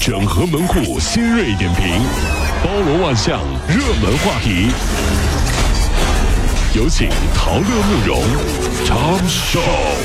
整合门户新锐点评，包罗万象，热门话题。有请陶乐慕容 Tom Show。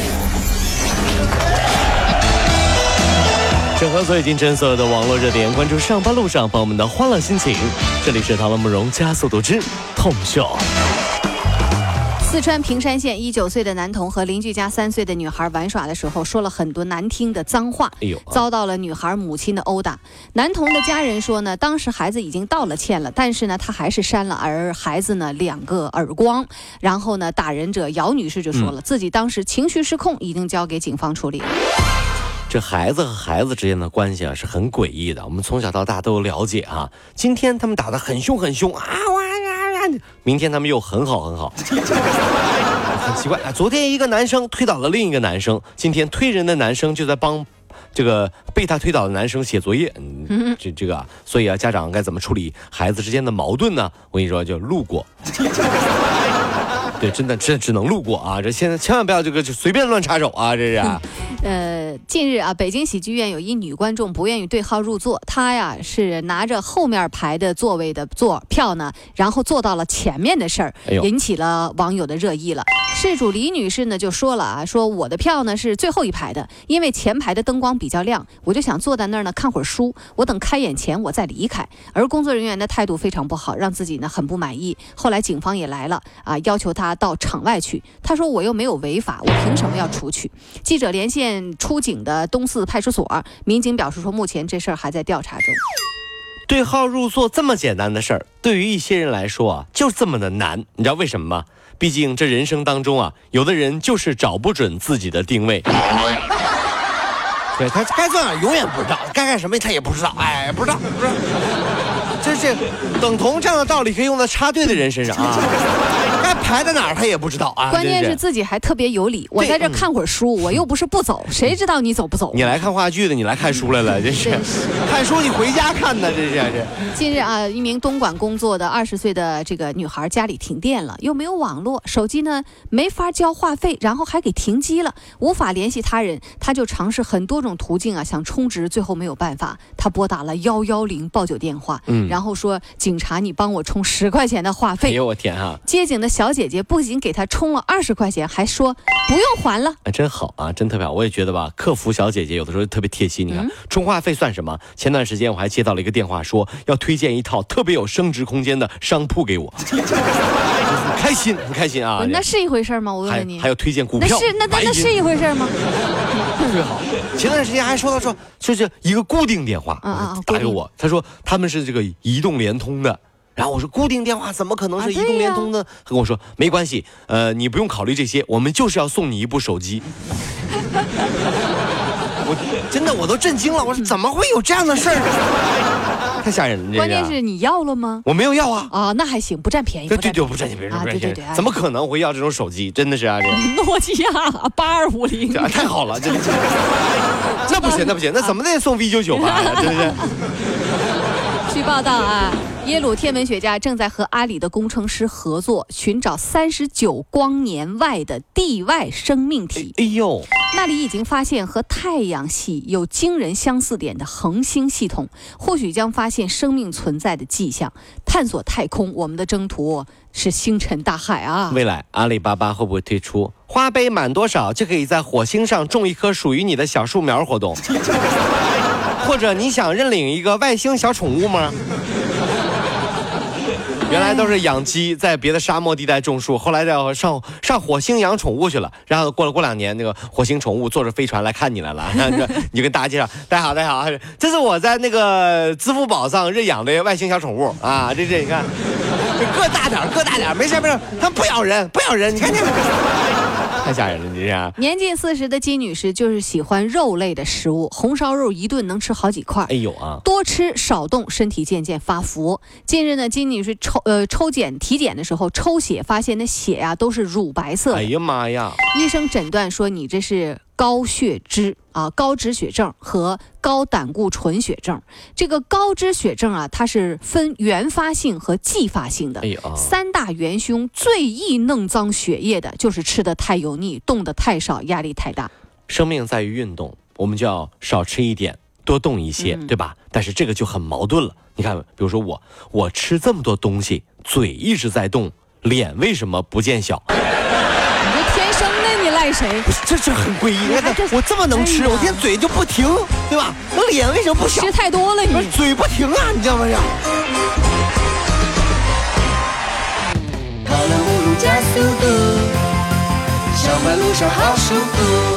整合最近所有的网络热点，关注上班路上朋友们的欢乐心情。这里是陶乐慕容加速度之 Tom Show。 四川平山县19岁的男童和邻居家3岁的女孩玩耍的时候，说了很多难听的脏话，遭到了女孩母亲的殴打。男童的家人说呢，当时孩子已经道了歉了，但是呢，他还是扇了孩子呢2个耳光。然后呢，打人者姚女士就说了，自己当时情绪失控，已经交给警方处理了。 这孩子和孩子之间的关系啊，是很诡异的。我们从小到大都有了解啊。今天他们打得很凶啊，明天他们又很好。很奇怪啊！昨天一个男生推倒了另一个男生，今天推人的男生就在帮这个被他推倒的男生写作业。这个，所以啊，家长该怎么处理孩子之间的矛盾呢？我跟你说，就路过。对，真的只能路过啊！这现在千万不要就随便乱插手啊！这是。 近日啊，北京喜剧院有一女观众不愿意对号入座，她呀是拿着后面排的座位的票呢，然后坐到了前面的事儿，引起了网友的热议了。事主李女士呢就说了啊，说我的票呢是最后一排的，因为前排的灯光比较亮，我就想坐在那儿呢看会儿书，我等开演前我再离开。而工作人员的态度非常不好，让自己呢很不满意。后来警方也来了啊，要求他到场外去。他说我又没有违法，我凭什么要出去？记者连线出警的东四派出所，民警表示说，目前这事儿还在调查中。 对号入座这么简单的事儿，对于一些人来说啊，就是这么的难。你知道为什么吗？毕竟这人生当中啊，有的人就是找不准自己的定位。 对，他该坐哪永远不知道，该干什么他也不知道，不知道。 这是等同这样的道理可以用在插队的人身上啊。 该排在哪儿他也不知道啊。 关键是自己还特别有理，我在这看会儿书，我又不是不走，谁知道你走不走？ 你来看话剧的，你来看书来了，这是看书你回家看的，这是。 近日啊，一名东莞工作的20岁的这个女孩家里停电了，又没有网络，手机呢没法交话费，然后还给停机了，无法联系他人，她就尝试很多种途径啊，想充值，最后没有办法，她拨打了110报救电话，然后说警察你帮我充10块钱的话费。 哎呦我天啊！ 接警的小姐姐不仅给她充了20块钱，还说不用还了。 真好啊，真特别好。我也觉得吧，客服小姐姐有的时候特别贴心。你看，充话费算什么？前段时间我还接到了一个电话，说要推荐一套特别有升值空间的商铺给我，很开心啊！ 那是一回事吗？我问你， 还有推荐股票， 那是一回事吗？ 特别好。前段时间还说就是一个固定电话，打给我，他说他们是这个移动联通的。然后我说固定电话怎么可能是移动联通呢？他跟我说没关系，你不用考虑这些，我们就是要送你一部手机。我都震惊了，我说怎么会有这样的事儿？太吓人了！ 关键是你要了吗？ 我没有要啊。 啊，那还行，不占便宜。 对，不占便宜， 对， 怎么可能会要这种手机？真的是啊，这诺基亚8250， 太好了，真的是。那不行，那怎么得送 V998呀？真的是。 据报道啊，耶鲁天文学家正在和阿里的工程师合作，寻找39光年外的地外生命体。那里已经发现和太阳系有惊人相似点的恒星系统，或许将发现生命存在的迹象。探索太空，我们的征途是星辰大海啊！ 未来阿里巴巴会不会推出花呗满多少就可以在火星上种一棵属于你的小树苗活动？或者你想认领一个外星小宠物吗？原来都是养鸡，在别的沙漠地带种树，后来要上火星养宠物去了。然后过2年，那个火星宠物坐着飞船来看你来了，你就跟大家介绍，大家好，这是我在那个支付宝上认养的外星小宠物啊，这你看，个大点，没事，他们不咬人，你看。太吓人了，你这年近40的金女士就是喜欢肉类的食物，红烧肉一顿能吃好几块。多吃少动，身体渐渐发福。近日呢，金女士体检的时候抽血，发现那血呀都是乳白色的。 哎呀妈呀！ 医生诊断说你这是高脂血症和高胆固醇血症。这个高脂血症啊，它是分原发性和继发性的。3大元凶最易弄脏血液的就是吃得太油腻，动得太少，压力太大。 生命在于运动，我们就要少吃一点， 多动一些，对吧？但是这个就很矛盾了。你看，比如说我吃这么多东西，嘴一直在动，脸为什么不见小？ 你这天生的，你赖谁？ 不是，这很诡异。我这么能吃，我天嘴就不停，对吧？我脸为什么不小？ 吃太多了你， 嘴不停啊，你知道吗？ 跑了5路加速度，小马路上好舒服。